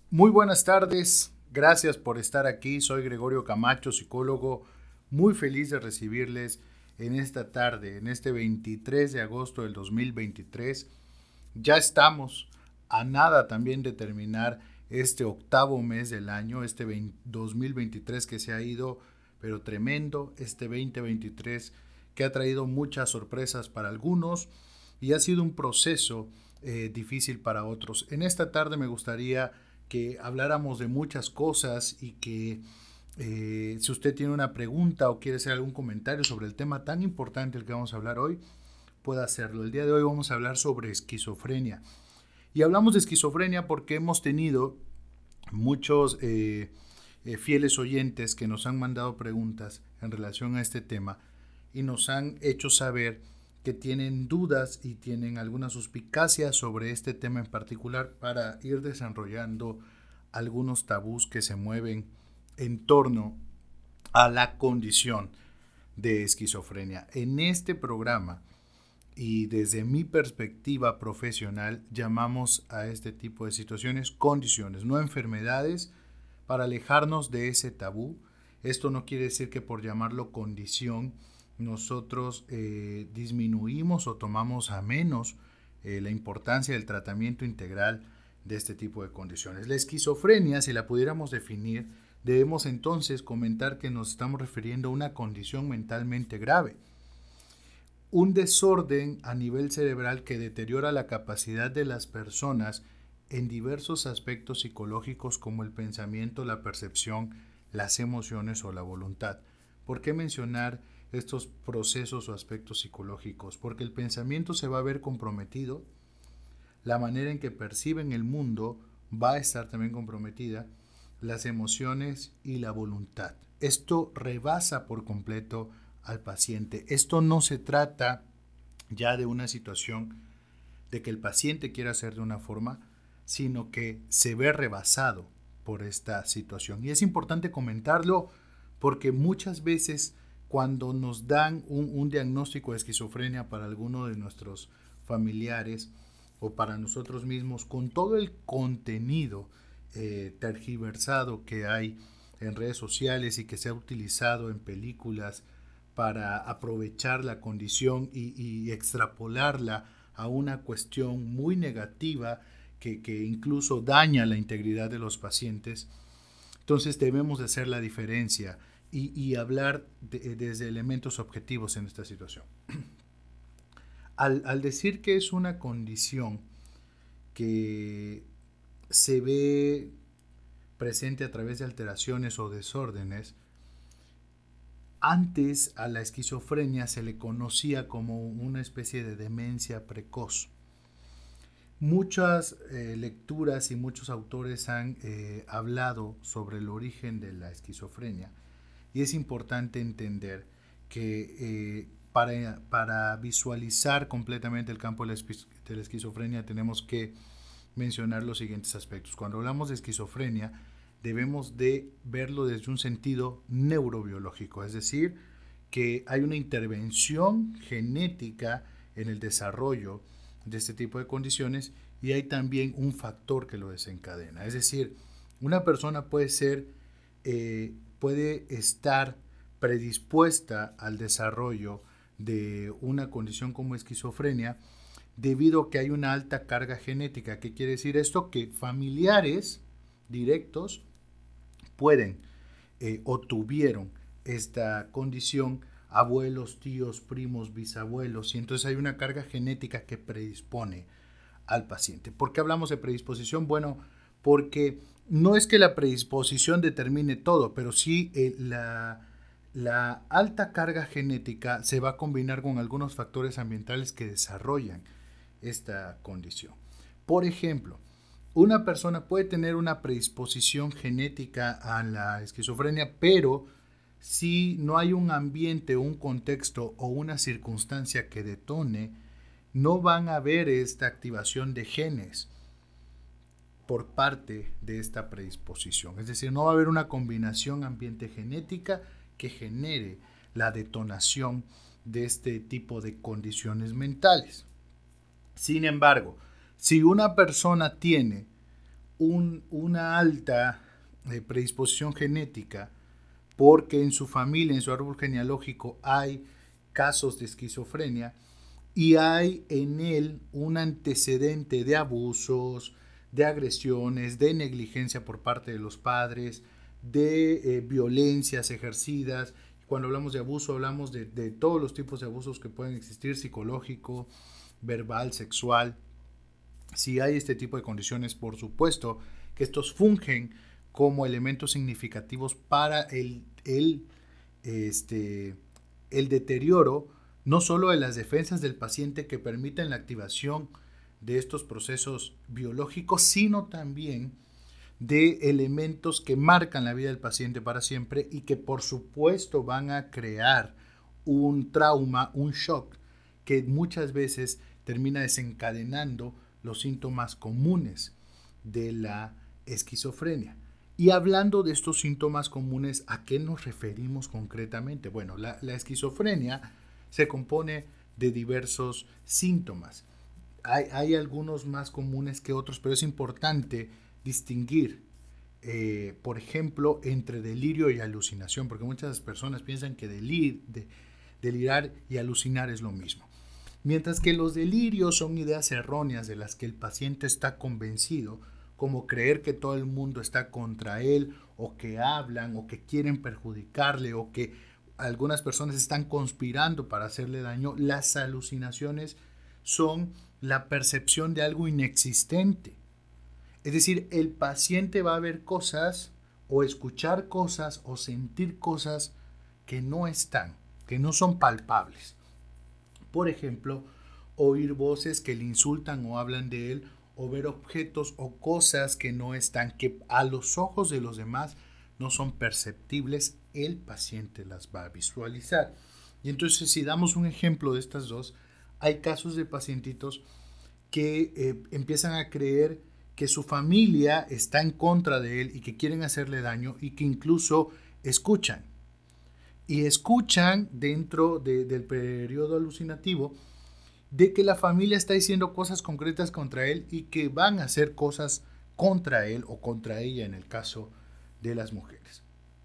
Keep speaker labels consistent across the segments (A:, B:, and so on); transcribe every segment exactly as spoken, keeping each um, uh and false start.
A: Muy buenas tardes, gracias por estar aquí. Soy Gregorio Camacho, psicólogo, muy feliz de recibirles en esta tarde, en este veintitrés de agosto del dos mil veintitrés. Ya estamos a nada también de terminar este octavo mes del año, este dos mil veintitrés que se ha ido, pero tremendo, este veinte veintitrés que ha traído muchas sorpresas para algunos y ha sido un proceso eh, difícil para otros. En esta tarde me gustaría que habláramos de muchas cosas y que eh, si usted tiene una pregunta o quiere hacer algún comentario sobre el tema tan importante del que vamos a hablar hoy, pueda hacerlo. El día de hoy vamos a hablar sobre esquizofrenia. Y hablamos de esquizofrenia porque hemos tenido muchos eh, eh, fieles oyentes que nos han mandado preguntas en relación a este tema y nos han hecho saber que tienen dudas y tienen alguna suspicacia sobre este tema en particular para ir desarrollando algunos tabús que se mueven en torno a la condición de esquizofrenia. En este programa y desde mi perspectiva profesional llamamos a este tipo de situaciones condiciones, no enfermedades, para alejarnos de ese tabú. Esto no quiere decir que por llamarlo condición nosotros eh, disminuimos o tomamos a menos eh, la importancia del tratamiento integral de este tipo de condiciones. La esquizofrenia, si la pudiéramos definir, debemos entonces comentar que nos estamos refiriendo a una condición mentalmente grave, un desorden a nivel cerebral que deteriora la capacidad de las personas en diversos aspectos psicológicos como el pensamiento, la percepción, las emociones o la voluntad. ¿Por qué mencionar estos procesos o aspectos psicológicos? Porque el pensamiento se va a ver comprometido, la manera en que perciben el mundo va a estar también comprometida, las emociones y la voluntad. Esto rebasa por completo al paciente. Esto no se trata ya de una situación de que el paciente quiera hacer de una forma, sino que se ve rebasado por esta situación. Y es importante comentarlo porque muchas veces cuando nos dan un, un diagnóstico de esquizofrenia para alguno de nuestros familiares o para nosotros mismos, con todo el contenido eh, tergiversado que hay en redes sociales y que se ha utilizado en películas para aprovechar la condición y, y extrapolarla a una cuestión muy negativa que, que incluso daña la integridad de los pacientes. Entonces debemos de hacer la diferencia y, y hablar de, desde elementos objetivos en esta situación. Al, al decir que es una condición que se ve presente a través de alteraciones o desórdenes, antes a la esquizofrenia se le conocía como una especie de demencia precoz. Muchas eh, lecturas y muchos autores han eh, hablado sobre el origen de la esquizofrenia y es importante entender que eh, para, para visualizar completamente el campo de la, de la esquizofrenia tenemos que mencionar los siguientes aspectos. Cuando hablamos de esquizofrenia debemos de verlo desde un sentido neurobiológico, es decir, que hay una intervención genética en el desarrollo de este tipo de condiciones y hay también un factor que lo desencadena. Es decir, una persona puede ser, eh, puede estar predispuesta al desarrollo de una condición como esquizofrenia debido a que hay una alta carga genética. ¿Qué quiere decir esto? Que familiares directos pueden eh, o tuvieron esta condición, abuelos, tíos, primos, bisabuelos, y entonces hay una carga genética que predispone al paciente. ¿Por qué hablamos de predisposición? Bueno, porque no es que la predisposición determine todo, pero sí eh, la, la alta carga genética se va a combinar con algunos factores ambientales que desarrollan esta condición. Por ejemplo, una persona puede tener una predisposición genética a la esquizofrenia, pero si no hay un ambiente, un contexto o una circunstancia que detone, no van a haber esta activación de genes por parte de esta predisposición. Es decir, no va a haber una combinación ambiente genética que genere la detonación de este tipo de condiciones mentales. Sin embargo, si una persona tiene un, una alta eh, predisposición genética porque en su familia, en su árbol genealógico hay casos de esquizofrenia y hay en él un antecedente de abusos, de agresiones, de negligencia por parte de los padres, de eh, violencias ejercidas. Cuando hablamos de abuso hablamos de, de todos los tipos de abusos que pueden existir, psicológico, verbal, sexual. Si hay este tipo de condiciones, por supuesto que estos fungen como elementos significativos para el, el, este, el deterioro no solo de las defensas del paciente que permiten la activación de estos procesos biológicos, sino también de elementos que marcan la vida del paciente para siempre y que por supuesto van a crear un trauma, un shock que muchas veces termina desencadenando los síntomas comunes de la esquizofrenia. Y hablando de estos síntomas comunes, ¿a qué nos referimos concretamente? Bueno, la, la esquizofrenia se compone de diversos síntomas. Hay, hay algunos más comunes que otros, pero es importante distinguir, eh, por ejemplo, entre delirio y alucinación, porque muchas personas piensan que delir, de, delirar y alucinar es lo mismo. Mientras que los delirios son ideas erróneas de las que el paciente está convencido, como creer que todo el mundo está contra él, o que hablan, o que quieren perjudicarle, o que algunas personas están conspirando para hacerle daño. Las alucinaciones son la percepción de algo inexistente. Es decir, el paciente va a ver cosas, o escuchar cosas, o sentir cosas que no están, que no son palpables. Por ejemplo, oír voces que le insultan o hablan de él, o ver objetos o cosas que no están, que a los ojos de los demás no son perceptibles, el paciente las va a visualizar. Y entonces, si damos un ejemplo de estas dos, hay casos de pacientitos que eh, empiezan a creer que su familia está en contra de él y que quieren hacerle daño y que incluso escuchan. Y escuchan dentro de, del periodo alucinativo de que la familia está diciendo cosas concretas contra él y que van a hacer cosas contra él o contra ella en el caso de las mujeres.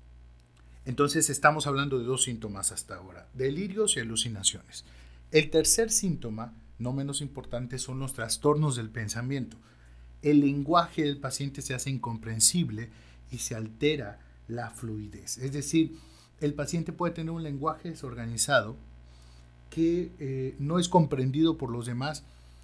A: Entonces estamos hablando de dos síntomas hasta ahora, delirios y alucinaciones. El tercer síntoma, no menos importante, son los trastornos del pensamiento. El lenguaje del paciente se hace incomprensible y se altera la fluidez. Es decir, el paciente puede tener un lenguaje desorganizado que eh, no es comprendido por los demás,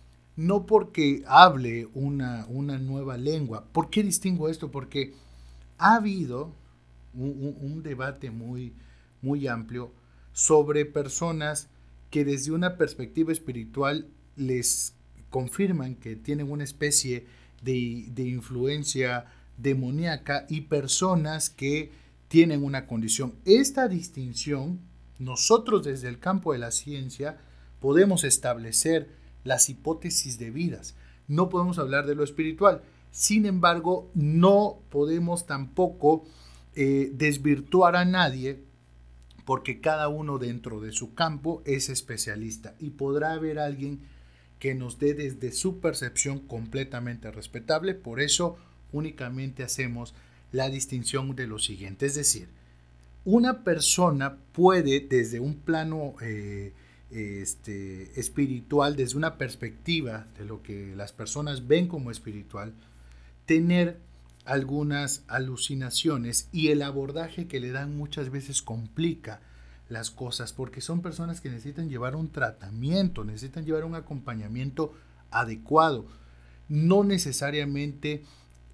A: no porque hable una, una nueva lengua. ¿Por qué distingo esto? Porque ha habido un, un debate muy, muy amplio sobre personas que desde una perspectiva espiritual les confirman que tienen una especie de, de influencia demoníaca y personas que tienen una condición. Esta distinción, nosotros desde el campo de la ciencia podemos establecer las hipótesis debidas. No podemos hablar de lo espiritual. Sin embargo, no podemos tampoco eh, desvirtuar a nadie, porque cada uno dentro de su campo es especialista y podrá haber alguien que nos dé desde su percepción completamente respetable. Por eso únicamente hacemos la distinción de lo siguiente, es decir, una persona puede desde un plano eh, este, espiritual, desde una perspectiva de lo que las personas ven como espiritual, tener algunas alucinaciones, y el abordaje que le dan muchas veces complica las cosas porque son personas que necesitan llevar un tratamiento, necesitan llevar un acompañamiento adecuado. No necesariamente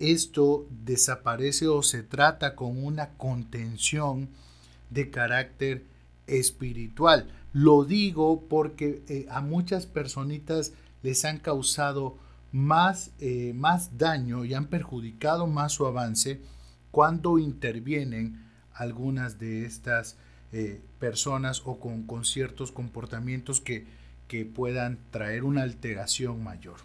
A: esto desaparece o se trata con una contención de carácter espiritual. Lo digo porque eh, a muchas personitas les han causado más, eh, más daño y han perjudicado más su avance cuando intervienen algunas de estas eh, personas o con, con ciertos comportamientos que, que puedan traer una alteración mayor.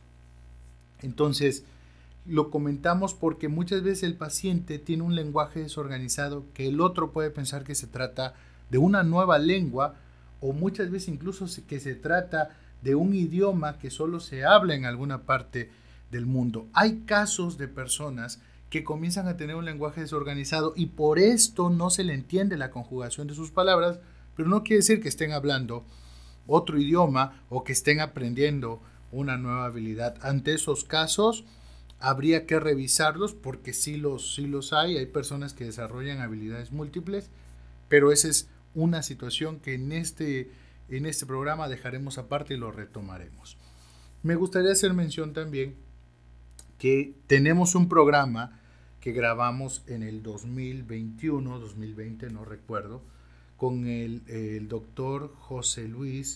A: Entonces, lo comentamos porque muchas veces el paciente tiene un lenguaje desorganizado que el otro puede pensar que se trata de una nueva lengua, o muchas veces incluso que se trata de un idioma que solo se habla en alguna parte del mundo. Hay casos de personas que comienzan a tener un lenguaje desorganizado y por esto no se le entiende la conjugación de sus palabras, pero no quiere decir que estén hablando otro idioma o que estén aprendiendo una nueva habilidad. Ante esos casos habría que revisarlos porque sí los, sí los hay, hay personas que desarrollan habilidades múltiples, pero esa es una situación que en este, en este programa dejaremos aparte y lo retomaremos. Me gustaría hacer mención también que tenemos un programa que grabamos en el dos mil veintiuno, dos mil veinte, no recuerdo, con el, el doctor José Luis,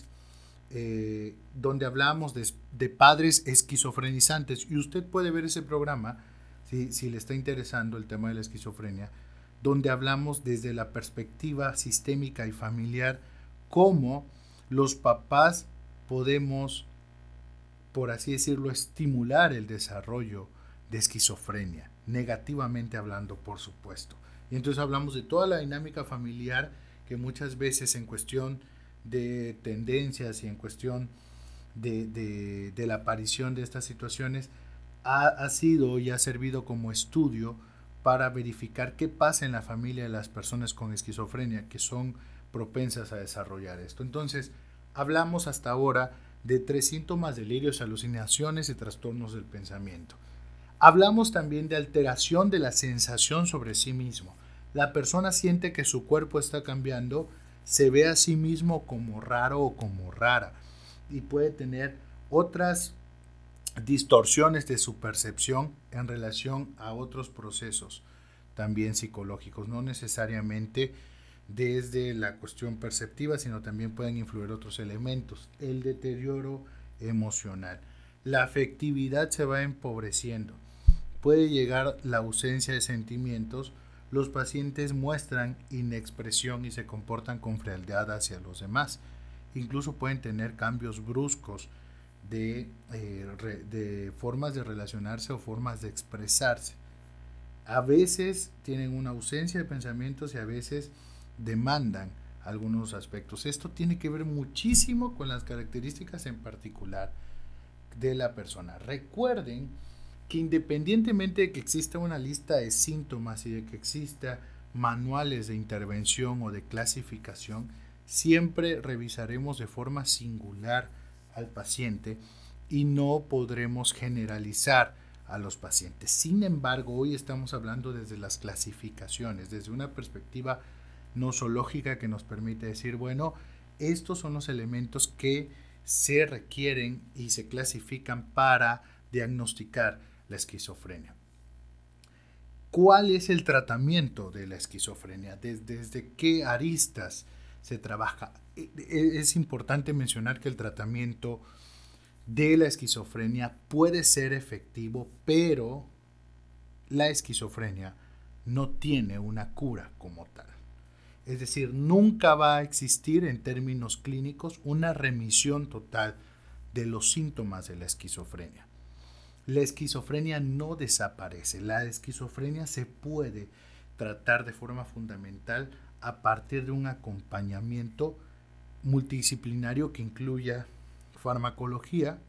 A: eh, donde hablamos de, de padres esquizofrenizantes. Y usted puede ver ese programa, si, si le está interesando el tema de la esquizofrenia, donde hablamos desde la perspectiva sistémica y familiar, cómo los papás podemos, por así decirlo, estimular el desarrollo de esquizofrenia, negativamente hablando, por supuesto. Y entonces hablamos de toda la dinámica familiar que muchas veces en cuestión de tendencias y en cuestión de, de, de la aparición de estas situaciones ha, ha sido y ha servido como estudio para verificar qué pasa en la familia de las personas con esquizofrenia que son propensas a desarrollar esto. Entonces, hablamos hasta ahora de tres síntomas: delirios, alucinaciones y trastornos del pensamiento. Hablamos también de alteración de la sensación sobre sí mismo. La persona siente que su cuerpo está cambiando, se ve a sí mismo como raro o como rara y puede tener otras distorsiones de su percepción en relación a otros procesos también psicológicos, no necesariamente desde la cuestión perceptiva, sino también pueden influir otros elementos. El deterioro emocional, la afectividad se va empobreciendo, puede llegar la ausencia de sentimientos, los pacientes muestran inexpresión y se comportan con frialdad hacia los demás, incluso pueden tener cambios bruscos de, eh, re, de formas de relacionarse o formas de expresarse. A veces tienen una ausencia de pensamientos y a veces demandan algunos aspectos. Esto tiene que ver muchísimo con las características en particular de la persona. Recuerden que independientemente de que exista una lista de síntomas y de que exista manuales de intervención o de clasificación, siempre revisaremos de forma singular al paciente y no podremos generalizar a los pacientes. Sin embargo, hoy estamos hablando desde las clasificaciones, desde una perspectiva nosológica que nos permite decir, bueno, estos son los elementos que se requieren y se clasifican para diagnosticar la esquizofrenia. ¿Cuál es el tratamiento de la esquizofrenia? ¿Desde, desde qué aristas se trabaja? Es importante mencionar que el tratamiento de la esquizofrenia puede ser efectivo, pero la esquizofrenia no tiene una cura como tal. Es decir, nunca va a existir en términos clínicos una remisión total de los síntomas de la esquizofrenia. La esquizofrenia no desaparece. La esquizofrenia se puede tratar de forma fundamental a partir de un acompañamiento multidisciplinario que incluya farmacología,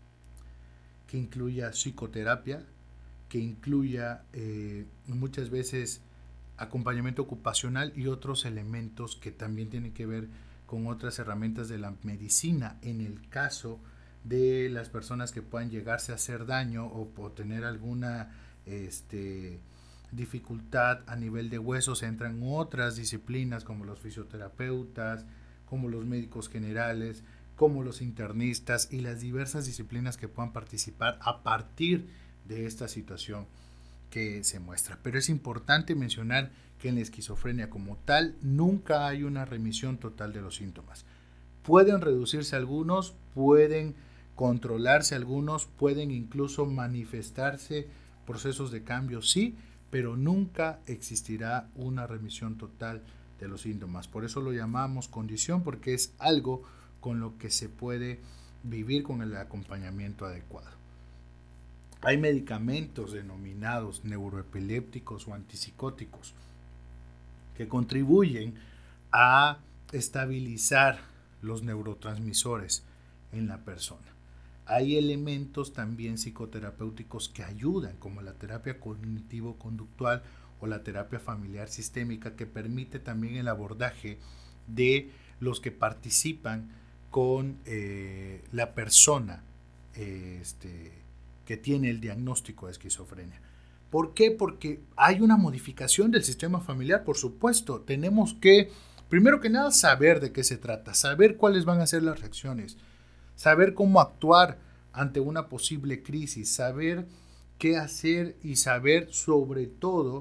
A: que incluya psicoterapia, que incluya eh, muchas veces acompañamiento ocupacional y otros elementos que también tienen que ver con otras herramientas de la medicina en el caso de las personas que puedan llegarse a hacer daño o, o tener alguna este, dificultad a nivel de huesos. Entran otras disciplinas como los fisioterapeutas, como los médicos generales, como los internistas y las diversas disciplinas que puedan participar a partir de esta situación que se muestra. Pero es importante mencionar que en la esquizofrenia como tal nunca hay una remisión total de los síntomas. Pueden reducirse algunos, pueden controlarse algunos, pueden incluso manifestarse procesos de cambio, sí, pero nunca existirá una remisión total de los síntomas. Por eso lo llamamos condición, porque es algo con lo que se puede vivir con el acompañamiento adecuado. Hay medicamentos denominados neuroepilépticos o antipsicóticos que contribuyen a estabilizar los neurotransmisores en la persona. Hay elementos también psicoterapéuticos que ayudan, como la terapia cognitivo-conductual o la terapia familiar sistémica, que permite también el abordaje de los que participan con eh, la persona eh, este, que tiene el diagnóstico de esquizofrenia. ¿Por qué? Porque hay una modificación del sistema familiar, por supuesto. Tenemos que, primero que nada, saber de qué se trata, saber cuáles van a ser las reacciones, saber cómo actuar ante una posible crisis, saber qué hacer y saber sobre todo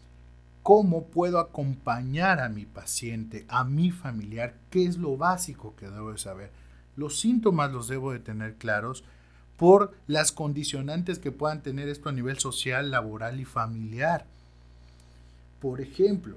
A: cómo puedo acompañar a mi paciente, a mi familiar, qué es lo básico que debo de saber. Los síntomas los debo de tener claros por las condicionantes que puedan tener esto a nivel social, laboral y familiar. Por ejemplo,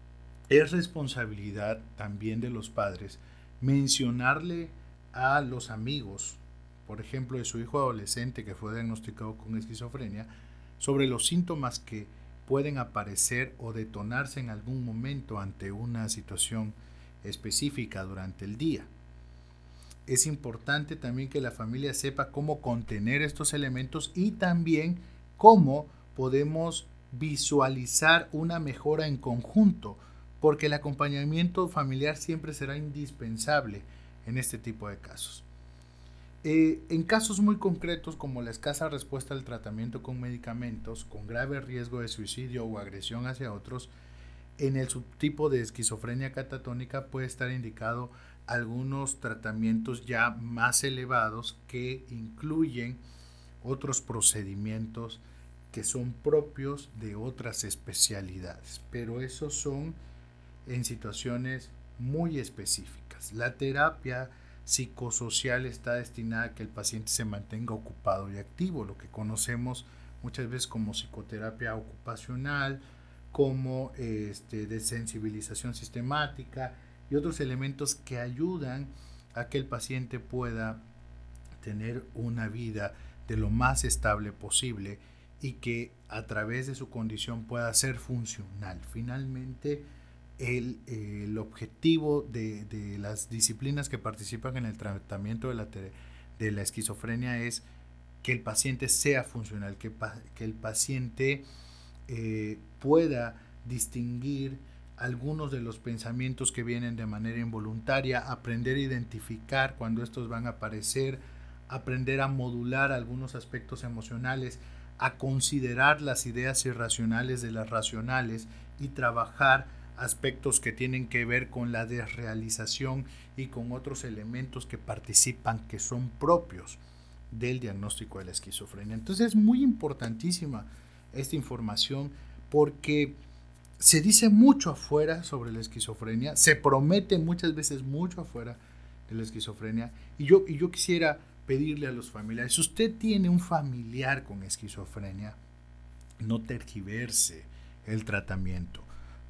A: es responsabilidad también de los padres mencionarle a los amigos, por ejemplo, de su hijo adolescente que fue diagnosticado con esquizofrenia, sobre los síntomas que pueden aparecer o detonarse en algún momento ante una situación específica durante el día. Es importante también que la familia sepa cómo contener estos elementos y también cómo podemos visualizar una mejora en conjunto, porque el acompañamiento familiar siempre será indispensable en este tipo de casos. Eh, en casos muy concretos como la escasa respuesta al tratamiento con medicamentos, con grave riesgo de suicidio o agresión hacia otros, en el subtipo de esquizofrenia catatónica puede estar indicado algunos tratamientos ya más elevados que incluyen otros procedimientos que son propios de otras especialidades, pero esos son en situaciones muy específicas. La terapia psicosocial está destinada a que el paciente se mantenga ocupado y activo, lo que conocemos muchas veces como psicoterapia ocupacional, como este, desensibilización sistemática y otros elementos que ayudan a que el paciente pueda tener una vida de lo más estable posible y que a través de su condición pueda ser funcional. Finalmente, el, el objetivo de, de las disciplinas que participan en el tratamiento de la, de la esquizofrenia es que el paciente sea funcional, que, que el paciente eh, pueda distinguir algunos de los pensamientos que vienen de manera involuntaria, aprender a identificar cuando estos van a aparecer, aprender a modular algunos aspectos emocionales, a considerar las ideas irracionales de las racionales y trabajar aspectos que tienen que ver con la desrealización y con otros elementos que participan, que son propios del diagnóstico de la esquizofrenia. Entonces es muy importantísima esta información porque se dice mucho afuera sobre la esquizofrenia, se promete muchas veces mucho afuera de la esquizofrenia y yo, y yo quisiera pedirle a los familiares, si usted tiene un familiar con esquizofrenia, no tergiverse el tratamiento,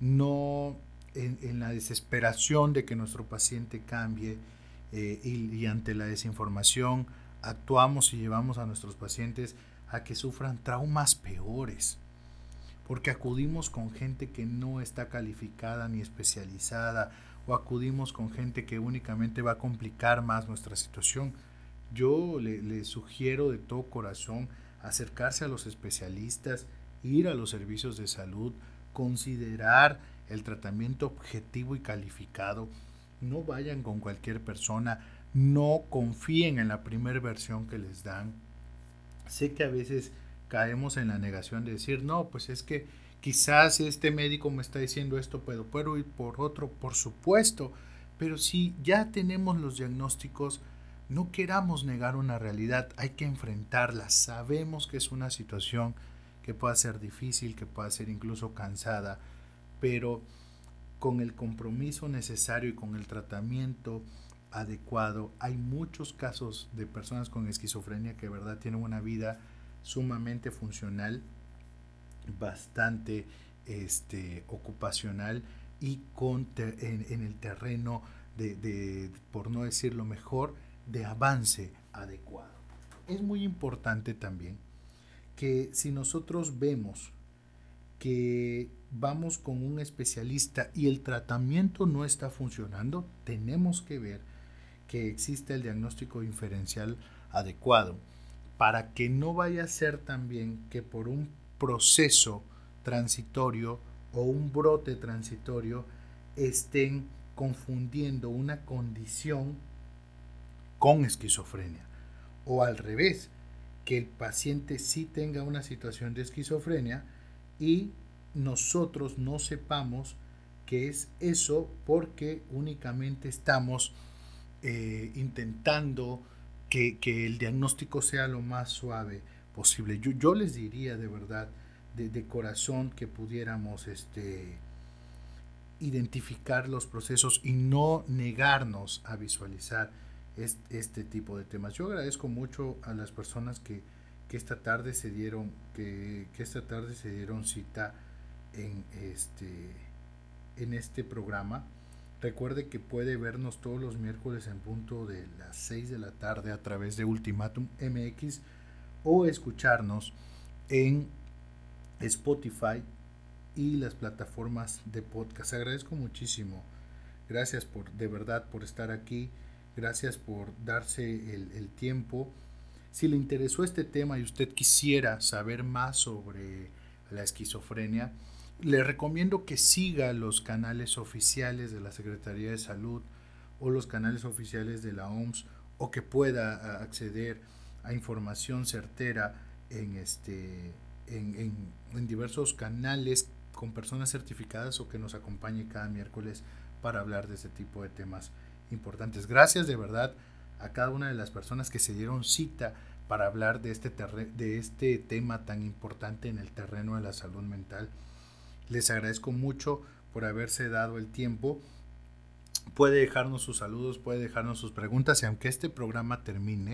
A: no en, en la desesperación de que nuestro paciente cambie eh, y, y ante la desinformación actuamos y llevamos a nuestros pacientes a que sufran traumas peores, porque acudimos con gente que no está calificada ni especializada o acudimos con gente que únicamente va a complicar más nuestra situación. Yo le, le sugiero de todo corazón acercarse a los especialistas, ir a los servicios de salud, considerar el tratamiento objetivo y calificado. No vayan con cualquier persona, no confíen en la primera versión que les dan. Sé que a veces caemos en la negación de decir, no, pues es que quizás este médico me está diciendo esto, pero puedo ir por otro, por supuesto, pero si ya tenemos los diagnósticos, no queramos negar una realidad, hay que enfrentarla. Sabemos que es una situación que pueda ser difícil, que pueda ser incluso cansada, pero con el compromiso necesario y con el tratamiento adecuado, hay muchos casos de personas con esquizofrenia que de verdad tienen una vida sumamente funcional, bastante este, ocupacional y con ter, en, en el terreno de, de, por no decirlo mejor, de avance adecuado. Es muy importante también que si nosotros vemos que vamos con un especialista y el tratamiento no está funcionando, tenemos que ver que existe el diagnóstico diferencial adecuado, para que no vaya a ser también que por un proceso transitorio o un brote transitorio estén confundiendo una condición con esquizofrenia, o al revés, que el paciente sí tenga una situación de esquizofrenia y nosotros no sepamos qué es eso porque únicamente estamos eh, intentando que, que el diagnóstico sea lo más suave posible. Yo, yo les diría de verdad, de, de corazón, que pudiéramos este, identificar los procesos y no negarnos a visualizar este, este tipo de temas. Yo agradezco mucho a las personas que, que esta tarde se dieron que, que esta tarde se dieron cita en este en este programa. Recuerde que puede vernos todos los miércoles en punto de las seis de la tarde a través de Ultimatum M X o escucharnos en Spotify y las plataformas de podcast. Agradezco muchísimo. Gracias por, de verdad, por estar aquí. Gracias por darse el, el tiempo. Si le interesó este tema y usted quisiera saber más sobre la esquizofrenia, le recomiendo que siga los canales oficiales de la Secretaría de Salud o los canales oficiales de la O M S, o que pueda acceder a información certera en, este, en, en, en diversos canales con personas certificadas, o que nos acompañe cada miércoles para hablar de este tipo de temas importantes. Gracias de verdad a cada una de las personas que se dieron cita para hablar de este, terre- de este tema tan importante en el terreno de la salud mental. Les agradezco mucho por haberse dado el tiempo. Puede dejarnos sus saludos, puede dejarnos sus preguntas, y aunque este programa termine,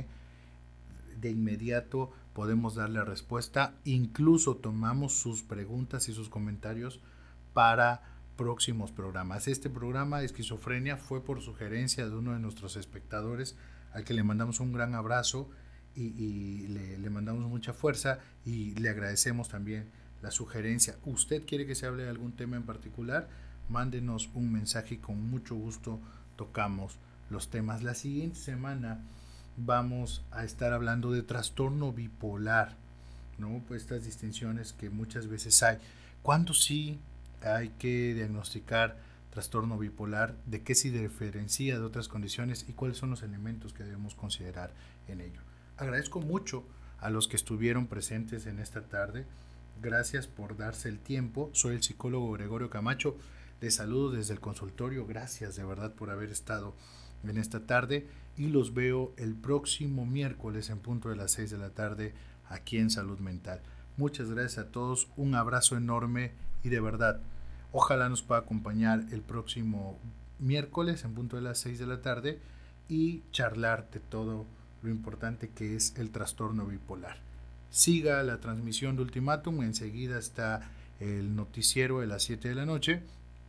A: de inmediato podemos darle respuesta. Incluso tomamos sus preguntas y sus comentarios para próximos programas. Este programa de esquizofrenia fue por sugerencia de uno de nuestros espectadores, al que le mandamos un gran abrazo y, y le, le mandamos mucha fuerza, y le agradecemos también la sugerencia. ¿Usted quiere que se hable de algún tema en particular? Mándenos un mensaje y con mucho gusto tocamos los temas. La siguiente semana vamos a estar hablando de trastorno bipolar, ¿no? Pues estas distinciones que muchas veces hay. ¿Cuándo sí hay que diagnosticar trastorno bipolar? ¿De qué se diferencia de otras condiciones? ¿Y cuáles son los elementos que debemos considerar en ello? Agradezco mucho a los que estuvieron presentes en esta tarde. Gracias por darse el tiempo. Soy el psicólogo Gregorio Camacho. Les saludo desde el consultorio. Gracias de verdad por haber estado en esta tarde, y los veo el próximo miércoles en punto de las seis de la tarde aquí en Salud Mental. Muchas gracias a todos. Un abrazo enorme, y de verdad, ojalá nos pueda acompañar el próximo miércoles en punto de las seis de la tarde y charlar de todo lo importante que es el trastorno bipolar. Siga la transmisión de Ultimatum, enseguida está el noticiero de las siete de la noche,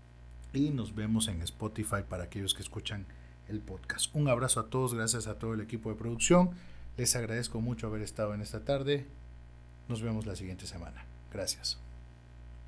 A: y nos vemos en Spotify para aquellos que escuchan el podcast. Un abrazo a todos, gracias a todo el equipo de producción. Les agradezco mucho haber estado en esta tarde. Nos vemos la siguiente semana. Gracias.